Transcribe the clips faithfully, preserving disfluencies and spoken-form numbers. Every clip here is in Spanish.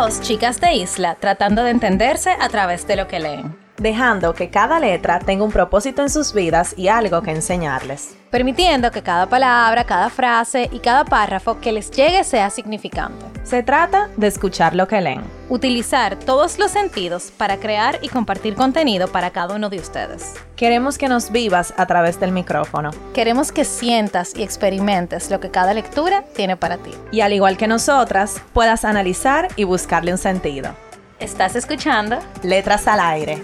Dos chicas de isla tratando de entenderse a través de lo que leen, dejando que cada letra tenga un propósito en sus vidas y algo que enseñarles, permitiendo que cada palabra, cada frase y cada párrafo que les llegue sea significante. Se trata de escuchar lo que leen, utilizar todos los sentidos para crear y compartir contenido para cada uno de ustedes. Queremos que nos vivas a través del micrófono. Queremos que sientas y experimentes lo que cada lectura tiene para ti. Y al igual que nosotras, puedas analizar y buscarle un sentido. ¿Estás escuchando? Letras al aire.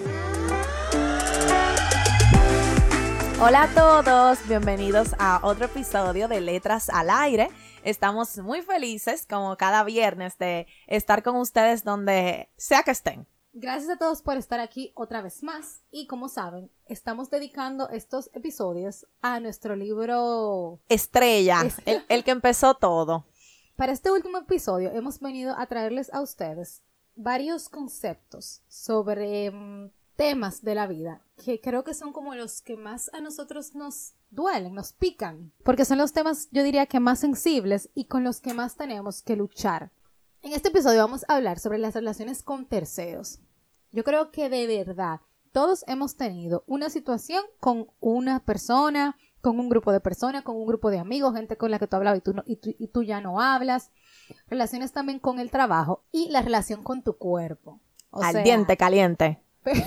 Hola a todos, bienvenidos a otro episodio de Letras al Aire. Estamos muy felices, como cada viernes, de estar con ustedes donde sea que estén. Gracias a todos por estar aquí otra vez más. Y como saben, estamos dedicando estos episodios a nuestro libro Estrella, es... el, el que empezó todo. Para este último episodio hemos venido a traerles a ustedes varios conceptos sobre um, temas de la vida que creo que son como los que más a nosotros nos duelen, nos pican, porque son los temas, yo diría que más sensibles y con los que más tenemos que luchar. En este episodio vamos a hablar sobre las relaciones con terceros. Yo creo que de verdad todos hemos tenido una situación con una persona, con un grupo de personas, con un grupo de amigos, gente con la que tú hablabas y tú, no, y tú, y tú ya no hablas. Relaciones también con el trabajo y la relación con tu cuerpo. O Al sea, diente caliente.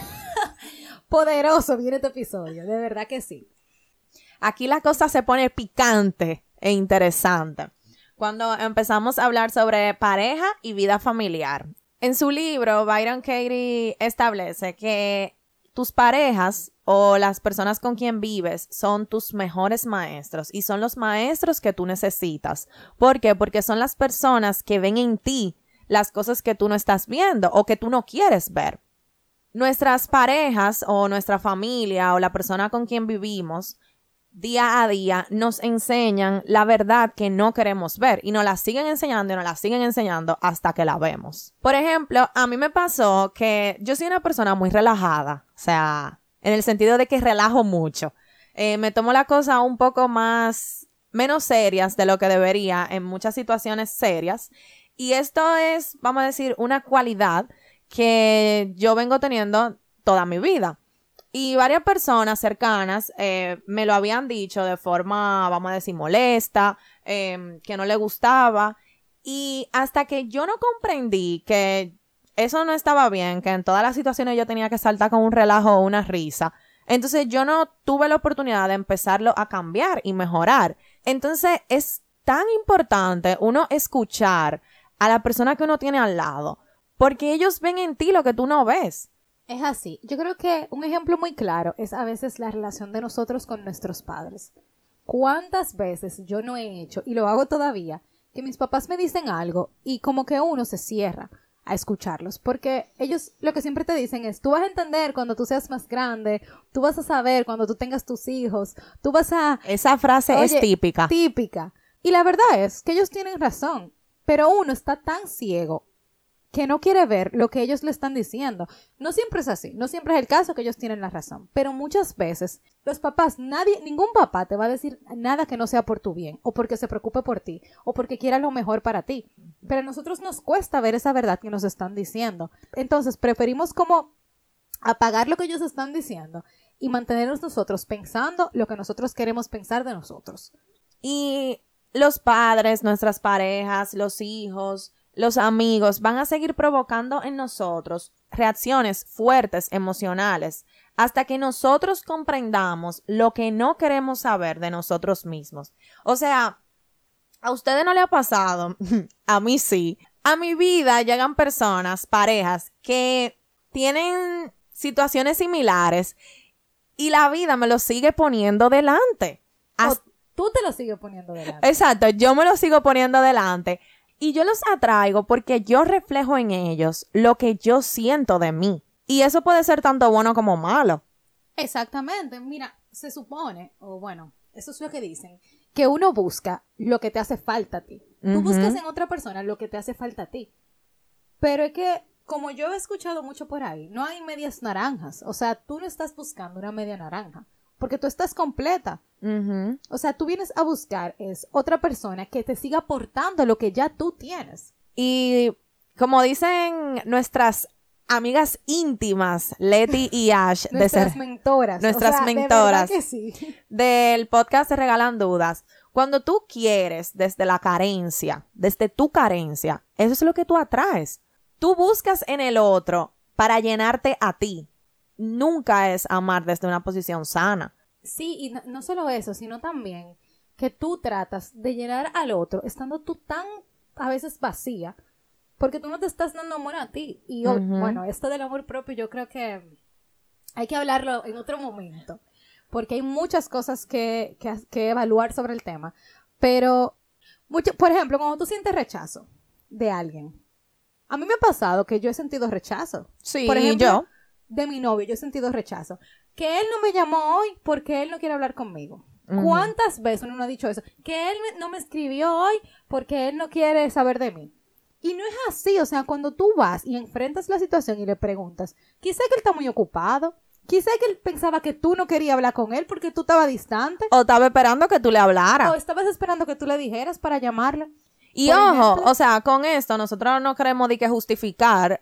Poderoso viene este episodio, de verdad que sí. Aquí la cosa se pone picante e interesante cuando empezamos a hablar sobre pareja y vida familiar. En su libro, Byron Katie establece que tus parejas o las personas con quien vives son tus mejores maestros y son los maestros que tú necesitas. ¿Por qué? Porque son las personas que ven en ti las cosas que tú no estás viendo o que tú no quieres ver. Nuestras parejas o nuestra familia o la persona con quien vivimos día a día nos enseñan la verdad que no queremos ver y nos la siguen enseñando y nos la siguen enseñando hasta que la vemos. Por ejemplo, a mí me pasó que yo soy una persona muy relajada, o sea, en el sentido de que relajo mucho. Eh, me tomo la cosa un poco más, menos serias de lo que debería en muchas situaciones serias y esto es, vamos a decir, una cualidad que yo vengo teniendo toda mi vida. Y varias personas cercanas eh, me lo habían dicho de forma, vamos a decir, molesta, eh, que no le gustaba. Y hasta que yo no comprendí que eso no estaba bien, que en todas las situaciones yo tenía que saltar con un relajo o una risa, entonces yo no tuve la oportunidad de empezarlo a cambiar y mejorar. Entonces es tan importante uno escuchar a la persona que uno tiene al lado, porque ellos ven en ti lo que tú no ves. Es así. Yo creo que un ejemplo muy claro es a veces la relación de nosotros con nuestros padres. ¿Cuántas veces yo no he hecho, y lo hago todavía, que mis papás me dicen algo y como que uno se cierra a escucharlos? Porque ellos lo que siempre te dicen es, tú vas a entender cuando tú seas más grande, tú vas a saber cuando tú tengas tus hijos, tú vas a... Esa frase Oye, es típica. Típica. Y la verdad es que ellos tienen razón, pero uno está tan ciego que no quiere ver lo que ellos le están diciendo. No siempre es así, no siempre es el caso que ellos tienen la razón, pero muchas veces los papás, nadie, ningún papá te va a decir nada que no sea por tu bien, o porque se preocupe por ti, o porque quiera lo mejor para ti, pero a nosotros nos cuesta ver esa verdad que nos están diciendo. Entonces preferimos como apagar lo que ellos están diciendo y mantenernos nosotros pensando lo que nosotros queremos pensar de nosotros. Y los padres, nuestras parejas, los hijos, los amigos van a seguir provocando en nosotros reacciones fuertes, emocionales, hasta que nosotros comprendamos lo que no queremos saber de nosotros mismos. O sea, ¿a ustedes no le ha pasado? A mí sí. A mi vida llegan personas, parejas, que tienen situaciones similares y la vida me lo sigue poniendo delante. O tú te lo sigues poniendo delante. Exacto, yo me lo sigo poniendo delante. Y yo los atraigo porque yo reflejo en ellos lo que yo siento de mí. Y eso puede ser tanto bueno como malo. Exactamente. Mira, se supone, o bueno, eso es lo que dicen, que uno busca lo que te hace falta a ti. Tú Uh-huh. buscas en otra persona lo que te hace falta a ti. Pero es que, como yo he escuchado mucho por ahí, no hay medias naranjas. O sea, tú no estás buscando una media naranja, porque tú estás completa. Uh-huh. O sea, tú vienes a buscar es otra persona que te siga aportando lo que ya tú tienes. Y como dicen nuestras amigas íntimas, Leti y Ash, de nuestras ser, mentoras. nuestras o sea, mentoras de verdad que sí. del podcast Se Regalan Dudas. Cuando tú quieres desde la carencia, desde tu carencia, eso es lo que tú atraes. Tú buscas en el otro para llenarte a ti. Nunca es amar desde una posición sana. Sí, y no, no solo eso, sino también que tú tratas de llenar al otro estando tú tan a veces vacía, porque tú no te estás dando amor a ti. Y uh-huh. bueno, esto del amor propio yo creo que hay que hablarlo en otro momento, porque hay muchas cosas que, que, que evaluar sobre el tema. Pero, mucho, por ejemplo, cuando tú sientes rechazo de alguien, a mí me ha pasado que yo he sentido rechazo. Sí, por ejemplo, yo. De mi novio, yo he sentido rechazo. Que él no me llamó hoy porque él no quiere hablar conmigo. Ujú. ¿Cuántas veces uno ha dicho eso? Que él no me escribió hoy porque él no quiere saber de mí. Y no es así, o sea, cuando tú vas y enfrentas la situación y le preguntas, quizá que él está muy ocupado, quizá que él pensaba que tú no querías hablar con él porque tú estabas distante, O estaba esperando que tú le hablaras. o estabas esperando que tú le dijeras para llamarle. Y Por ojo, ejemplo, o sea, con esto nosotros no queremos de que justificar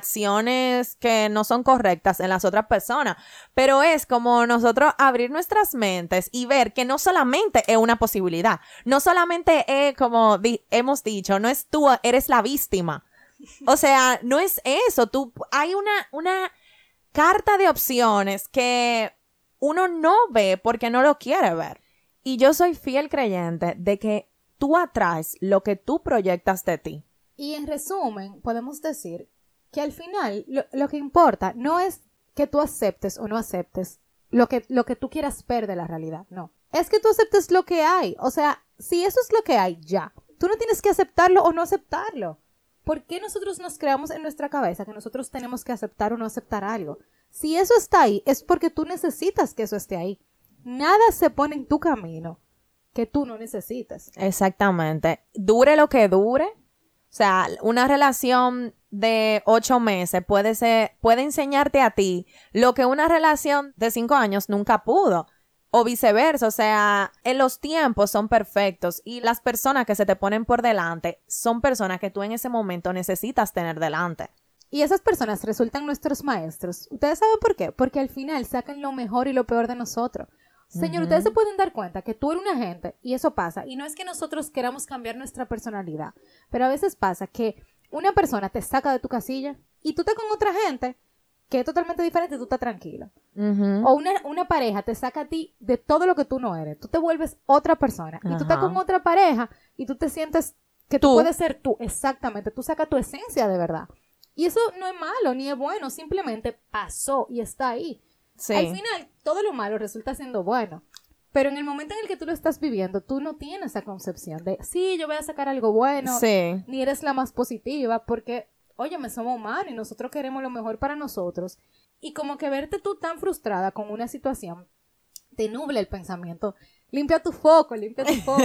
acciones que no son correctas en las otras personas, pero es como nosotros abrir nuestras mentes y ver que no solamente es una posibilidad, no solamente es como di- hemos dicho, no es tú, eres la víctima. O sea, no es eso, tú, hay una, una carta de opciones que uno no ve porque no lo quiere ver. Y yo soy fiel creyente de que tú atraes lo que tú proyectas de ti. y en resumen, podemos decir que al final lo, lo que importa no es que tú aceptes o no aceptes lo que, lo que tú quieras ver de la realidad, no. Es que tú aceptes lo que hay. O sea, si eso es lo que hay, ya. Tú no tienes que aceptarlo o no aceptarlo. ¿Por qué nosotros nos creamos en nuestra cabeza que nosotros tenemos que aceptar o no aceptar algo? Si eso está ahí, es porque tú necesitas que eso esté ahí. Nada se pone en tu camino que tú no necesitas. Exactamente. Dure lo que dure. O sea, una relación de ocho meses puede ser, puede enseñarte a ti lo que una relación de cinco años nunca pudo. O viceversa, o sea, en los tiempos son perfectos y las personas que se te ponen por delante son personas que tú en ese momento necesitas tener delante. Y esas personas resultan nuestros maestros. ¿Ustedes saben por qué? Porque al final sacan lo mejor y lo peor de nosotros. Señor, uh-huh. Ustedes se pueden dar cuenta que tú eres una gente y eso pasa. Y no es que nosotros queramos cambiar nuestra personalidad, pero a veces pasa que una persona te saca de tu casilla y tú estás con otra gente que es totalmente diferente y tú estás tranquilo. Uh-huh. O una, una pareja te saca a ti de todo lo que tú no eres. Tú te vuelves otra persona. Uh-huh. Y tú estás con otra pareja y tú te sientes que tú, tú puedes ser tú. Exactamente. Tú sacas tu esencia de verdad. Y eso no es malo ni es bueno. Simplemente pasó y está ahí. Sí. Al final, todo lo malo resulta siendo bueno. Pero en el momento en el que tú lo estás viviendo, tú no tienes esa concepción de, sí, yo voy a sacar algo bueno. Sí. Ni eres la más positiva porque, óyeme, somos humanos y nosotros queremos lo mejor para nosotros. Y como que verte tú tan frustrada con una situación te nubla el pensamiento. Limpia tu foco, limpia tu foco.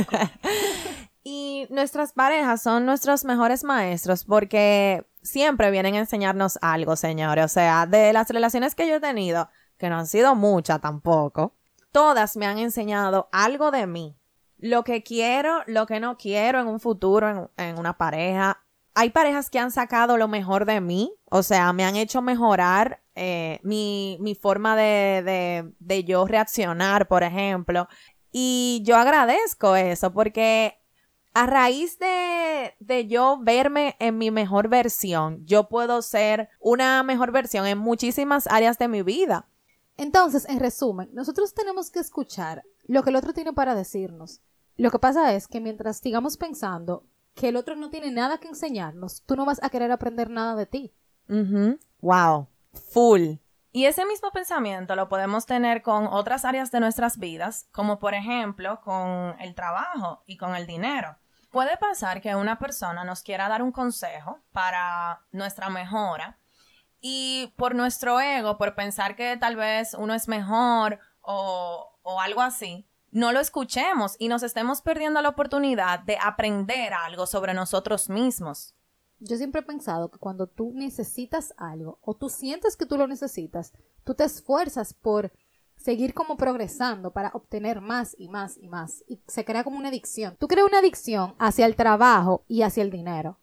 Y nuestras parejas son nuestros mejores maestros porque siempre vienen a enseñarnos algo, señores. O sea, de las relaciones que yo he tenido, que no han sido muchas tampoco, todas me han enseñado algo de mí. Lo que quiero, lo que no quiero en un futuro, en, en una pareja. Hay parejas que han sacado lo mejor de mí, o sea, me han hecho mejorar eh, mi, mi forma de, de, de yo reaccionar, por ejemplo. Y yo agradezco eso porque a raíz de, de yo verme en mi mejor versión, yo puedo ser una mejor versión en muchísimas áreas de mi vida. Entonces, en resumen, nosotros tenemos que escuchar lo que el otro tiene para decirnos. Lo que pasa es que mientras sigamos pensando que el otro no tiene nada que enseñarnos, tú no vas a querer aprender nada de ti. Uh-huh. Wow, full. Y ese mismo pensamiento lo podemos tener con otras áreas de nuestras vidas, como por ejemplo con el trabajo y con el dinero. Puede pasar que una persona nos quiera dar un consejo para nuestra mejora y por nuestro ego, por pensar que tal vez uno es mejor o, o algo así, no lo escuchemos y nos estemos perdiendo la oportunidad de aprender algo sobre nosotros mismos. Yo siempre he pensado que cuando tú necesitas algo o tú sientes que tú lo necesitas, tú te esfuerzas por seguir como progresando para obtener más y más y más. Y se crea como una adicción. Tú creas una adicción hacia el trabajo y hacia el dinero.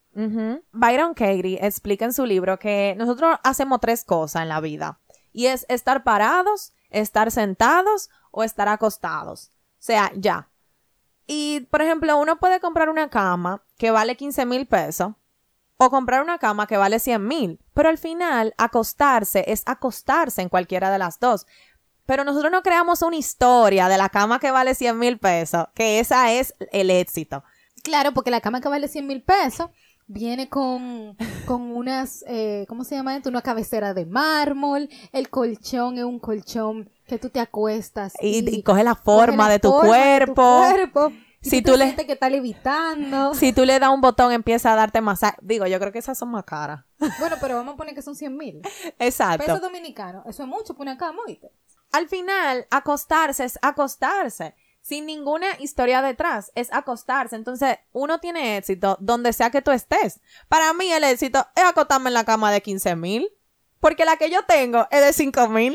Uh-huh. Byron Katie explica en su libro que nosotros hacemos tres cosas en la vida. Y es estar parados, estar sentados o estar acostados. O sea, ya. Y, por ejemplo, uno puede comprar una cama que vale quince mil pesos o comprar una cama que vale cien mil. Pero al final, acostarse es acostarse en cualquiera de las dos. Pero nosotros no creamos una historia de la cama que vale cien mil pesos, que esa es el éxito. Claro, porque la cama que vale cien mil pesos viene con, con unas, eh, ¿cómo se llama esto? Una cabecera de mármol, el colchón es un colchón que tú te acuestas. Y, y, y coge la forma, coge la de, tu forma de tu cuerpo. cuerpo. Y Si tú, tú te le- sientes que está levitando. Si tú le das un botón, empieza a darte masaje. Digo, yo creo que esas son más caras. Bueno, pero vamos a poner que son cien mil. Exacto. Pesos dominicanos. Eso es mucho para una cama, ¿oíste? Al final, acostarse es acostarse. Sin ninguna historia detrás. Es acostarse. Entonces, uno tiene éxito donde sea que tú estés. Para mí, el éxito es acostarme en la cama de quince mil. Porque la que yo tengo es de cinco mil.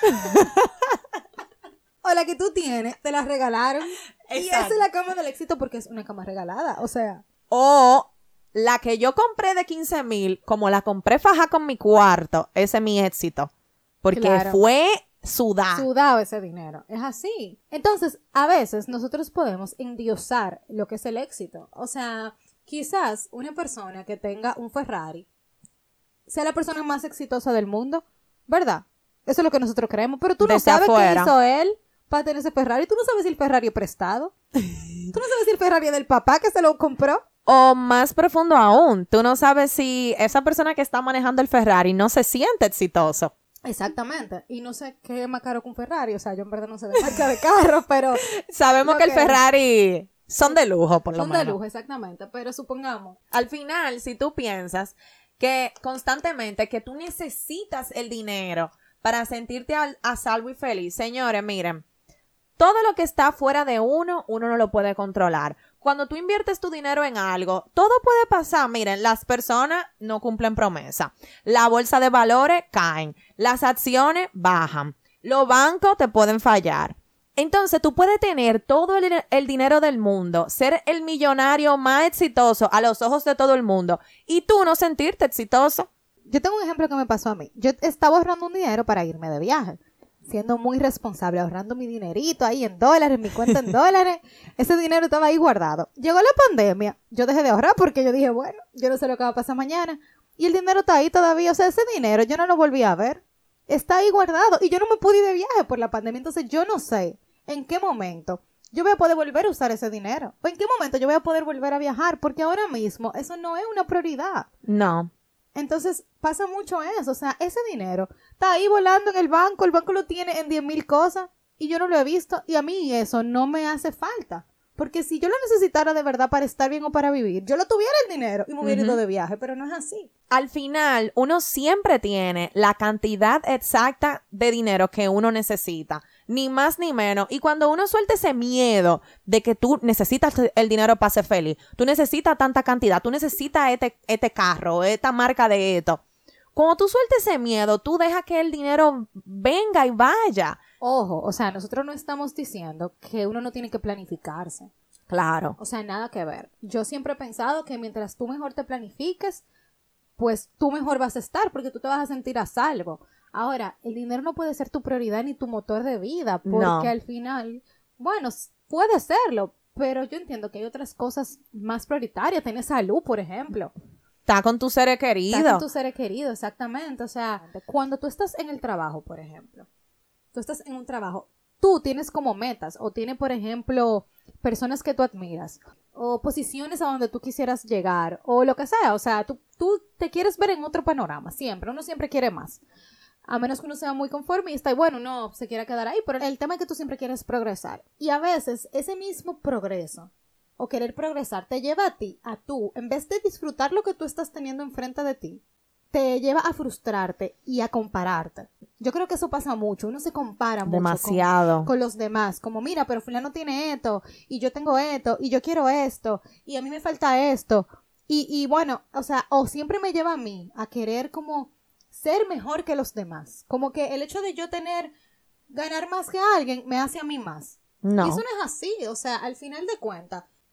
O la que tú tienes, te la regalaron. Y Exacto. esa es la cama del éxito porque es una cama regalada. O sea, O la que yo compré de quince mil, como la compré faja con mi cuarto, ese es mi éxito. Porque Claro. fue sudar. sudado ese dinero. Es así. Entonces, a veces nosotros podemos endiosar lo que es el éxito. O sea, quizás una persona que tenga un Ferrari sea la persona más exitosa del mundo, ¿verdad? Eso es lo que nosotros creemos. Pero tú no Desde sabes afuera. qué hizo él para tener ese Ferrari. Tú no sabes si el Ferrari es prestado. Tú no sabes si el Ferrari es del papá que se lo compró. O más profundo aún, tú no sabes si esa persona que está manejando el Ferrari no se siente exitoso. Exactamente. Y no sé qué es más caro que un Ferrari. O sea, yo en verdad no sé de marca de carro, pero Sabemos Lo que el que- Ferrari son de lujo, por lo son de menos. lujo, exactamente. Pero supongamos, Al final, si tú piensas que constantemente que tú necesitas el dinero para sentirte a, a salvo y feliz, señores, miren, todo lo que está fuera de uno, uno no lo puede controlar. Cuando tú inviertes tu dinero en algo, todo puede pasar. Miren, las personas no cumplen promesa. La bolsa de valores caen. Las acciones bajan. Los bancos te pueden fallar. Entonces, tú puedes tener todo el, el dinero del mundo, ser el millonario más exitoso a los ojos de todo el mundo y tú no sentirte exitoso. yo tengo un ejemplo que me pasó a mí. Yo estaba ahorrando un dinero para irme de viaje, siendo muy responsable, ahorrando mi dinerito ahí en dólares, mi cuenta en dólares. Ese dinero estaba ahí guardado. Llegó la pandemia, yo dejé de ahorrar porque yo dije, bueno, yo no sé lo que va a pasar mañana. Y el dinero está ahí todavía. O sea, ese dinero yo no lo volví a ver. Está ahí guardado y yo no me pude ir de viaje por la pandemia. Entonces yo no sé en qué momento yo voy a poder volver a usar ese dinero. O en qué momento yo voy a poder volver a viajar. Porque ahora mismo eso no es una prioridad. No. Entonces pasa mucho eso. O sea, ese dinero está ahí volando en el banco. El banco lo tiene en diez mil cosas y yo no lo he visto. Y a mí eso no me hace falta. Porque si yo lo necesitara de verdad para estar bien o para vivir, yo lo tuviera el dinero y me hubiera ido de viaje. Pero no es así. Al final, uno siempre tiene la cantidad exacta de dinero que uno necesita, ni más ni menos. Y cuando uno suelta ese miedo de que tú necesitas el dinero para ser feliz, tú necesitas tanta cantidad, tú necesitas este, este carro, esta marca de esto. Cuando tú sueltas ese miedo, tú dejas que el dinero venga y vaya. Ojo, o sea, nosotros no estamos diciendo que uno no tiene que planificarse. Claro. O sea, nada que ver. Yo siempre he pensado que mientras tú mejor te planifiques, pues tú mejor vas a estar porque tú te vas a sentir a salvo. Ahora, el dinero no puede ser tu prioridad ni tu motor de vida porque No. al final, bueno, s- puede serlo, pero yo entiendo que hay otras cosas más prioritarias. Tienes salud, por ejemplo. Está con tus seres Estás queridos. con tus seres queridos, exactamente. O sea, cuando tú estás en el trabajo, por ejemplo, tú estás en un trabajo, tú tienes como metas o tienes, por ejemplo, personas que tú admiras o posiciones a donde tú quisieras llegar o lo que sea. O sea, tú, tú te quieres ver en otro panorama, siempre. Uno siempre quiere más. A menos que uno sea muy conformista y bueno, no se quiera quedar ahí, pero el tema es que tú siempre quieres progresar. Y a veces ese mismo progreso o querer progresar te lleva a ti, a tú, en vez de disfrutar lo que tú estás teniendo enfrente de ti, te lleva a frustrarte y a compararte. Yo creo que eso pasa mucho. Uno se compara mucho Demasiado. con, con los demás. Como, mira, pero fulano tiene esto, y yo tengo esto, y yo quiero esto, y a mí me falta esto. Y, y bueno, o sea, o siempre me lleva a mí a querer como ser mejor que los demás. Como que el hecho de yo tener, ganar más que alguien, me hace a mí más. No. Y eso no es así. O sea, al final de cuentas,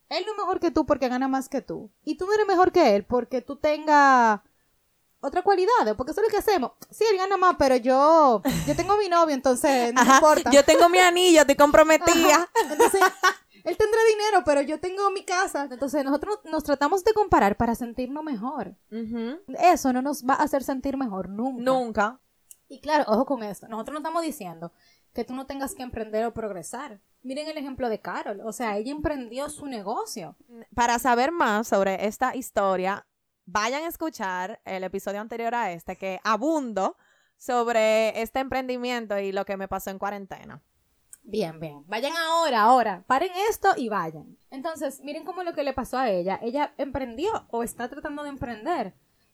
Él no es mejor que tú porque gana más que tú. Y tú no eres mejor que él porque tú tengas otra cualidad. Porque eso es lo que hacemos. Sí, él gana más, pero yo yo tengo mi novio, entonces no Ajá, me importa. yo tengo mi anillo, estoy comprometida. Ajá. Entonces, él tendrá dinero, pero yo tengo mi casa. Entonces, nosotros nos tratamos de comparar para sentirnos mejor. Ujú. Eso no nos va a hacer sentir mejor nunca. Nunca. Y claro, ojo con esto. Nosotros no estamos diciendo que tú no tengas que emprender o progresar. Miren el ejemplo de Carol. O sea, ella emprendió su negocio. Para saber más sobre esta historia, vayan a escuchar el episodio anterior a este, que abundo sobre este emprendimiento y lo que me pasó en cuarentena. Bien, bien. Vayan ahora, ahora. Paren esto y vayan. Entonces, miren cómo lo que le pasó a ella. Ella emprendió o está tratando de emprender.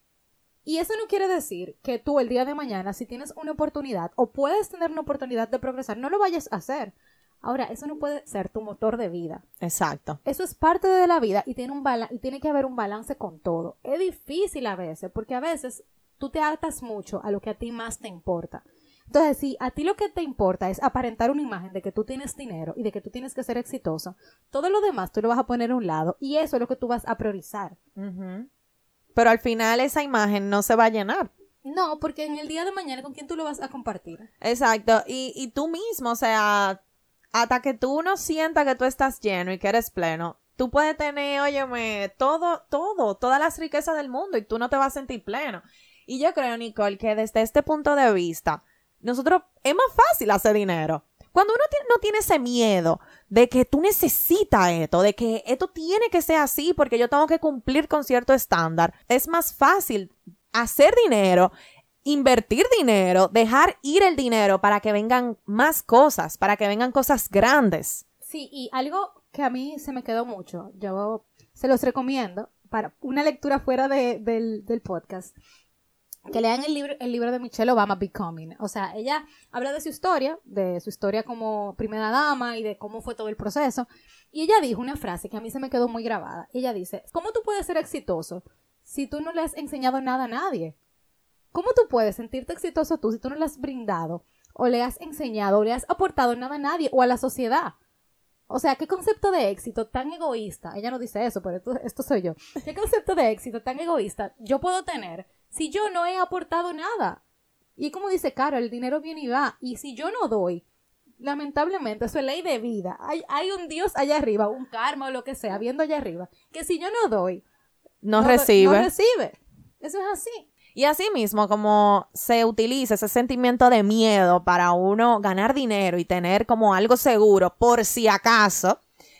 Y eso no quiere decir que tú el día de mañana, si tienes una oportunidad o puedes tener una oportunidad de progresar, no lo vayas a hacer. Ahora, eso no puede ser tu motor de vida. Exacto. Eso es parte de la vida y tiene un bala- y tiene que haber un balance con todo. Es difícil a veces, porque a veces tú te atas mucho a lo que a ti más te importa. Entonces, si a ti lo que te importa es aparentar una imagen de que tú tienes dinero y de que tú tienes que ser exitoso, todo lo demás tú lo vas a poner a un lado y eso es lo que tú vas a priorizar. Ujú. Pero al final esa imagen no se va a llenar. No, porque en el día de mañana, ¿con quién tú lo vas a compartir? Exacto. Y, y tú mismo, o sea, hasta que tú no sientas que tú estás lleno y que eres pleno, tú puedes tener, óyeme, todo, todo, todas las riquezas del mundo y tú no te vas a sentir pleno. Y yo creo, Nicole, que desde este punto de vista, nosotros, es más fácil hacer dinero. Cuando uno tiene, no tiene ese miedo de que tú necesitas esto, de que esto tiene que ser así porque yo tengo que cumplir con cierto estándar, es más fácil hacer dinero, invertir dinero, dejar ir el dinero para que vengan más cosas, para que vengan cosas grandes. Sí, y algo que a mí se me quedó mucho, yo se los recomiendo para una lectura fuera de, del, del podcast, que lean el libro, el libro de Michelle Obama, Becoming. O sea, ella habla de su historia, de su historia como primera dama y de cómo fue todo el proceso. Y ella dijo una frase que a mí se me quedó muy grabada. Ella dice, ¿cómo tú puedes ser exitoso si tú no le has enseñado nada a nadie? ¿Cómo tú puedes sentirte exitoso tú si tú no le has brindado o le has enseñado o le has aportado nada a nadie o a la sociedad? O sea, ¿qué concepto de éxito tan egoísta? Ella no dice eso, pero esto, esto soy yo. ¿Qué concepto de éxito tan egoísta yo puedo tener si yo no he aportado nada? Y como dice Caro, el dinero viene y va. Y si yo no doy, lamentablemente, eso es ley de vida. Hay, hay un Dios allá arriba, un karma o lo que sea, viendo allá arriba, que si yo no doy, No, no, recibe. no recibe. Eso es así. Y así mismo, como se utiliza ese sentimiento de miedo para uno ganar dinero y tener como algo seguro por si acaso,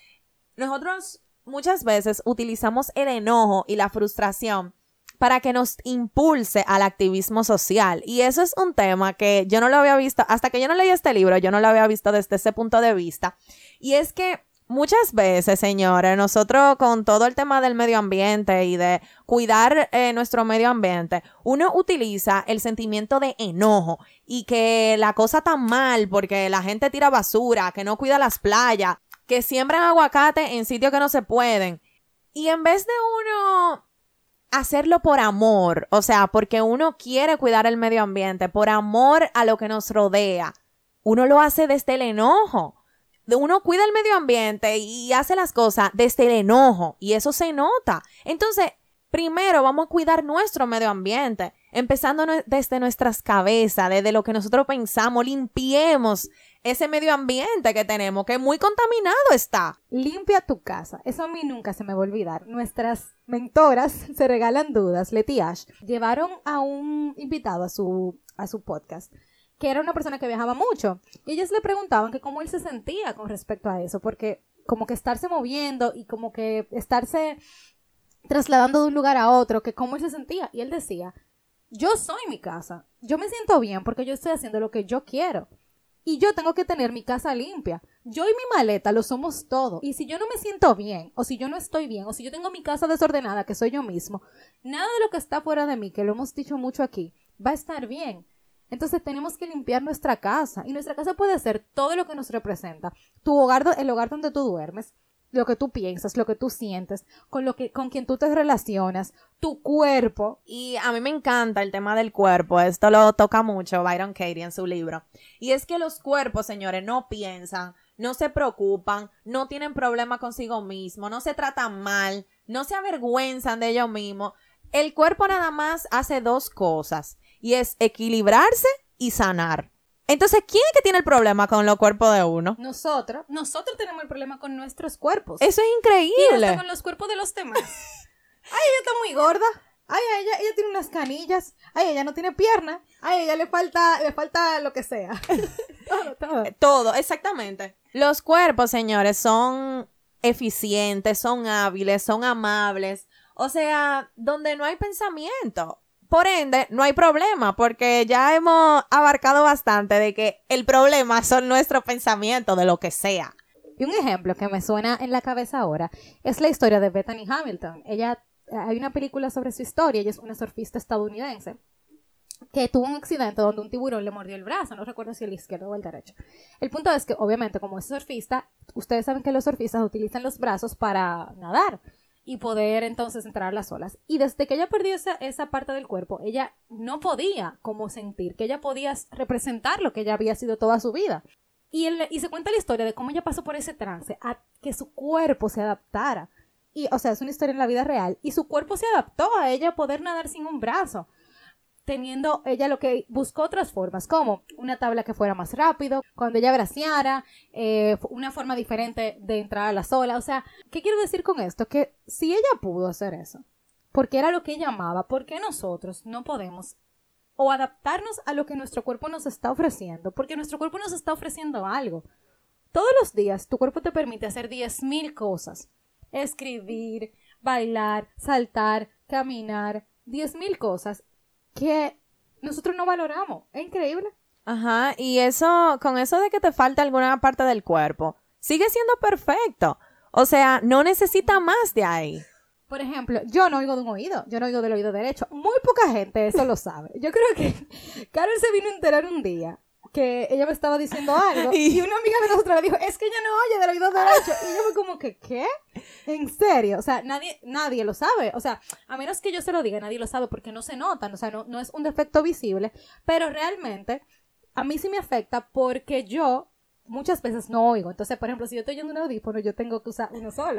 nosotros muchas veces utilizamos el enojo y la frustración para que nos impulse al activismo social. Y eso es un tema que yo no lo había visto, hasta que yo no leí este libro, yo no lo había visto desde ese punto de vista. Y es que muchas veces, señores, nosotros con todo el tema del medio ambiente y de cuidar eh, nuestro medio ambiente, uno utiliza el sentimiento de enojo y que la cosa está mal porque la gente tira basura, que no cuida las playas, que siembran aguacate en sitios que no se pueden. Y en vez de uno hacerlo por amor, o sea, porque uno quiere cuidar el medio ambiente, por amor a lo que nos rodea, uno lo hace desde el enojo. Uno cuida el medio ambiente y hace las cosas desde el enojo y eso se nota. Entonces, primero vamos a cuidar nuestro medio ambiente, empezando no- desde nuestras cabezas, desde lo que nosotros pensamos, limpiemos ese medio ambiente que tenemos, que muy contaminado está. Limpia tu casa. Eso a mí nunca se me va a olvidar. Nuestras mentoras se regalan dudas, Leti Ash, llevaron a un invitado a su, a su podcast, que era una persona que viajaba mucho. Y ellas le preguntaban que cómo él se sentía con respecto a eso, porque como que estarse moviendo y como que estarse trasladando de un lugar a otro, que cómo él se sentía. Y él decía, yo soy mi casa. Yo me siento bien porque yo estoy haciendo lo que yo quiero. Y yo tengo que tener mi casa limpia. Yo y mi maleta lo somos todo. Y si yo no me siento bien, o si yo no estoy bien, o si yo tengo mi casa desordenada, que soy yo mismo, nada de lo que está fuera de mí, que lo hemos dicho mucho aquí, va a estar bien. Entonces tenemos que limpiar nuestra casa. Y nuestra casa puede ser todo lo que nos representa. Tu hogar, el hogar donde tú duermes, lo que tú piensas, lo que tú sientes, con lo que, con quien tú te relacionas, tu cuerpo. Y a mí me encanta el tema del cuerpo. Esto lo toca mucho Byron Katie en su libro. Y es que los cuerpos, señores, no piensan. no se preocupan, no tienen problemas consigo mismos, no se tratan mal, no se avergüenzan de ellos mismos. El cuerpo nada más hace dos cosas, y es equilibrarse y sanar. Entonces, ¿quién es que tiene el problema con los cuerpos de uno? Nosotros, nosotros tenemos el problema con nuestros cuerpos. Eso es Y increíble. hasta con los cuerpos de los demás. Ay, ella está muy gorda. Ay, ella, ella tiene unas canillas. Ay, ella no tiene pierna. Ay, ella le falta, le falta lo que sea. todo, todo. Todo, exactamente. Los cuerpos, señores, son eficientes, son hábiles, son amables. O sea, donde no hay pensamiento. Por ende, no hay problema, porque ya hemos abarcado bastante de que el problema son nuestros pensamientos de lo que sea. Y un ejemplo que me suena en la cabeza ahora es la historia de Bethany Hamilton. Ella, hay una película sobre su historia. Ella es una surfista estadounidense que tuvo un accidente donde un tiburón le mordió el brazo. No recuerdo si el izquierdo o el derecho. El punto es que, obviamente, como es surfista, ustedes saben que los surfistas utilizan los brazos para nadar y poder entonces entrar a las olas. Y desde que ella perdió esa, esa parte del cuerpo, ella no podía como sentir que ella podía representar lo que ella había sido toda su vida. Y, él, y se cuenta la historia de cómo ella pasó por ese trance a que su cuerpo se adaptara. Y, o sea, es una historia en la vida real. Y su cuerpo se adaptó a ella poder nadar sin un brazo, teniendo ella lo que buscó otras formas, como una tabla que fuera más rápido, cuando ella braceara, eh, una forma diferente de entrar a la olas. O sea, ¿qué quiero decir con esto? Que si ella pudo hacer eso, porque era lo que ella amaba, ¿por qué nosotros no podemos o adaptarnos a lo que nuestro cuerpo nos está ofreciendo? Porque nuestro cuerpo nos está ofreciendo algo. Todos los días tu cuerpo te permite hacer diez mil cosas. Escribir, bailar, saltar, caminar, diez mil cosas que nosotros no valoramos. Es increíble. Ajá, y eso, con eso de que te falta alguna parte del cuerpo, sigue siendo perfecto. O sea, no necesita más de ahí. Por ejemplo, yo no oigo de un oído, yo no oigo del oído derecho. Muy poca gente eso lo sabe. Yo creo que Carol se vino a enterar un día que ella me estaba diciendo algo y una amiga de nosotros le dijo, es que ella no oye del oído derecho. Y yo me como que, ¿qué? ¿En serio? O sea, nadie nadie lo sabe. O sea, a menos que yo se lo diga, nadie lo sabe porque no se notan. O sea, no, no es un defecto visible. Pero realmente, a mí sí me afecta porque yo muchas veces no oigo. Entonces, por ejemplo, si yo estoy oyendo un audífono, yo tengo que usar uno solo.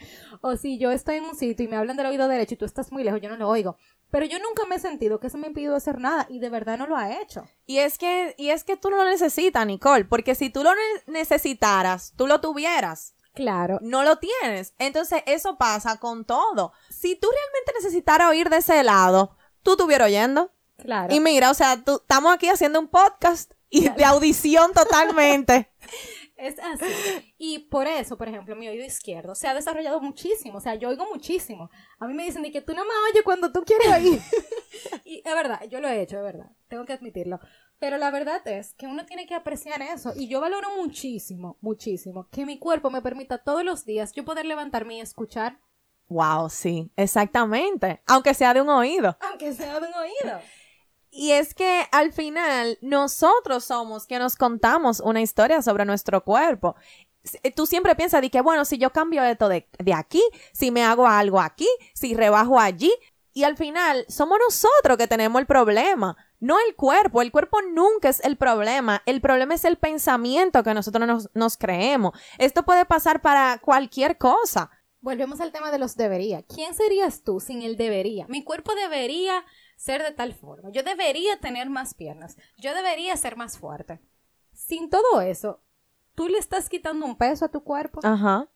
O si yo estoy en un sitio y me hablan del oído derecho y tú estás muy lejos, yo no lo oigo. Pero yo nunca me he sentido que eso me ha impedido hacer nada y de verdad no lo ha hecho. Y es que, y es que tú no lo necesitas, Nicole, porque si tú lo ne- necesitaras, tú lo tuvieras. Claro. No lo tienes. Entonces, eso pasa con todo. Si tú realmente necesitaras oír de ese lado, tú estuvieras oyendo. Claro. Y mira, o sea, tú, estamos aquí haciendo un podcast y de audición totalmente. Es así. Y por eso, por ejemplo, mi oído izquierdo se ha desarrollado muchísimo. O sea, yo oigo muchísimo. A mí me dicen de que tú no me oyes cuando tú quieres oír. Y es verdad, yo lo he hecho, es verdad. Tengo que admitirlo. Pero la verdad es que uno tiene que apreciar eso. Y yo valoro muchísimo, muchísimo, que mi cuerpo me permita todos los días yo poder levantarme y escuchar. Wow, sí, exactamente. Aunque sea de un oído. Aunque sea de un oído. Y es que al final nosotros somos que nos contamos una historia sobre nuestro cuerpo. Tú siempre piensas de que, bueno, si yo cambio esto de, de aquí, si me hago algo aquí, si rebajo allí, y al final somos nosotros que tenemos el problema, no el cuerpo. El cuerpo nunca es el problema. El problema es el pensamiento que nosotros nos, nos creemos. Esto puede pasar para cualquier cosa. Volvemos al tema de los debería. ¿Quién serías tú sin el debería? Mi cuerpo debería ser de tal forma. Yo debería tener más piernas. Yo debería ser más fuerte. Sin todo eso, tú le estás quitando un peso a tu cuerpo. Ajá.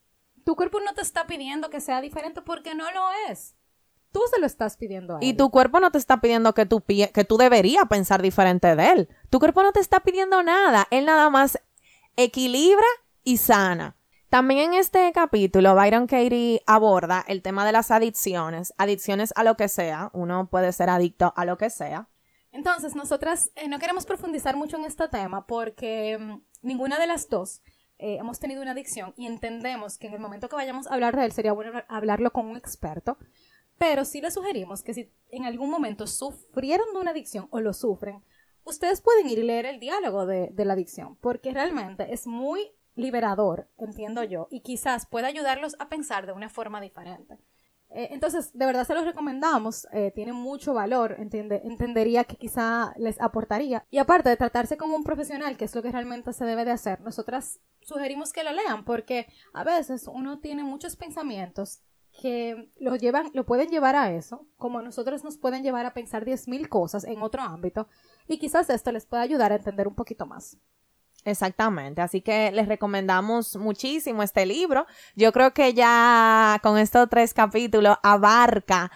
Tu cuerpo no te está pidiendo que sea diferente porque no lo es. Tú se lo estás pidiendo a él. Y tu cuerpo no te está pidiendo que tú, pi- que tú deberías pensar diferente de él. Tu cuerpo no te está pidiendo nada. Él nada más equilibra y sana. También en este capítulo, Byron Katie aborda el tema de las adicciones. Adicciones a lo que sea. Uno puede ser adicto a lo que sea. Entonces, nosotras eh, no queremos profundizar mucho en este tema porque mm, ninguna de las dos eh, hemos tenido una adicción y entendemos que en el momento que vayamos a hablar de él sería bueno hablarlo con un experto. Pero sí les sugerimos que si en algún momento sufrieron de una adicción o lo sufren, ustedes pueden ir y leer el diálogo de, de la adicción porque realmente es muy liberador, entiendo yo, y quizás pueda ayudarlos a pensar de una forma diferente. Eh, entonces, de verdad se los recomendamos, eh, tiene mucho valor, entiende, entendería que quizá les aportaría. Y aparte de tratarse como un profesional, que es lo que realmente se debe de hacer, nosotras sugerimos que lo lean porque a veces uno tiene muchos pensamientos que lo llevan, lo pueden llevar a eso, como a nosotros nos pueden llevar a pensar diez mil cosas en otro ámbito, y quizás esto les pueda ayudar a entender un poquito más. Exactamente, así que les recomendamos muchísimo este libro. Yo creo que ya con estos tres capítulos abarca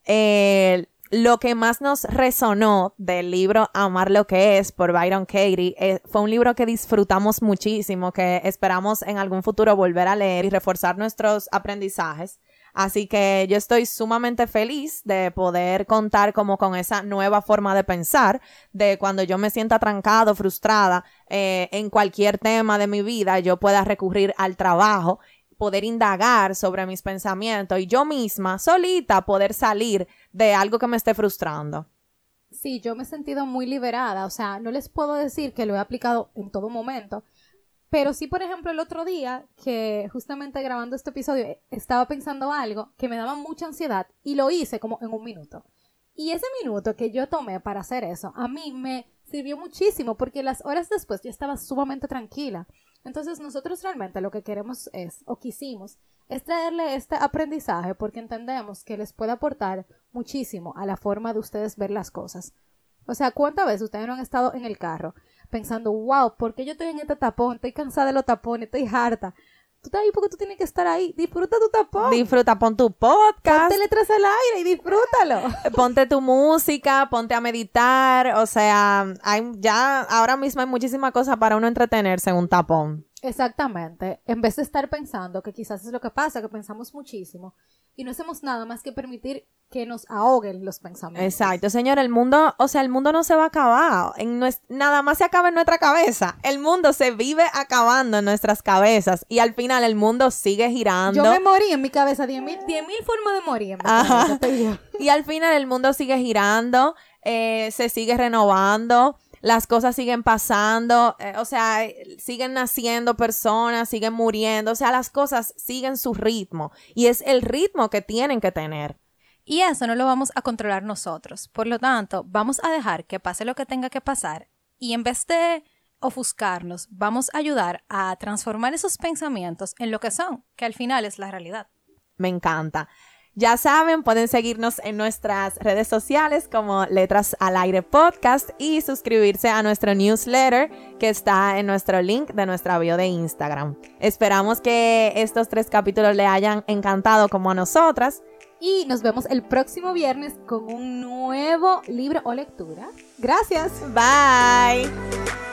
eh, lo que más nos resonó del libro Amar lo que es por Byron Katie. Eh, fue un libro que disfrutamos muchísimo, que esperamos en algún futuro volver a leer y reforzar nuestros aprendizajes. Así que yo estoy sumamente feliz de poder contar como con esa nueva forma de pensar, de cuando yo me sienta trancado, frustrada eh, en cualquier tema de mi vida, yo pueda recurrir al trabajo, poder indagar sobre mis pensamientos y yo misma, solita, poder salir de algo que me esté frustrando. Sí, yo me he sentido muy liberada, o sea, no les puedo decir que lo he aplicado en todo momento, pero sí, por ejemplo, el otro día, que justamente grabando este episodio, estaba pensando algo que me daba mucha ansiedad y lo hice como en un minuto. Y ese minuto que yo tomé para hacer eso, a mí me sirvió muchísimo porque las horas después yo estaba sumamente tranquila. Entonces nosotros realmente lo que queremos es, o quisimos, es traerle este aprendizaje porque entendemos que les puede aportar muchísimo a la forma de ustedes ver las cosas. O sea, ¿cuántas veces ustedes no han estado en el carro pensando, wow, ¿por qué yo estoy en este tapón? Estoy cansada de los tapones, estoy harta. Tú estás ahí porque tú tienes que estar ahí. Disfruta tu tapón. Disfruta, pon tu podcast. Ponte letras al aire y disfrútalo. Ponte tu música, ponte a meditar. O sea, hay ya ahora mismo hay muchísimas cosas para uno entretenerse en un tapón. Exactamente. En vez de estar pensando, que quizás es lo que pasa, que pensamos muchísimo y no hacemos nada más que permitir que nos ahoguen los pensamientos. Exacto, señor, el mundo, o sea, el mundo no se va a acabar, en nues- nada más se acaba en nuestra cabeza, el mundo se vive acabando en nuestras cabezas y al final el mundo sigue girando. Yo me morí en mi cabeza, diez mil formas de morir en mi cabeza, estoy yo. Y al final el mundo sigue girando, eh, se sigue renovando, las cosas siguen pasando, eh, o sea, siguen naciendo personas, siguen muriendo, o sea, las cosas siguen su ritmo y es el ritmo que tienen que tener. Y eso no lo vamos a controlar nosotros. Por lo tanto, vamos a dejar que pase lo que tenga que pasar y en vez de ofuscarnos, vamos a ayudar a transformar esos pensamientos en lo que son, que al final es la realidad. Me encanta. Ya saben, pueden seguirnos en nuestras redes sociales como Letras al Aire Podcast y suscribirse a nuestro newsletter que está en nuestro link de nuestra bio de Instagram. Esperamos que estos tres capítulos le hayan encantado como a nosotras. Y nos vemos el próximo viernes con un nuevo libro o lectura. Gracias. Bye.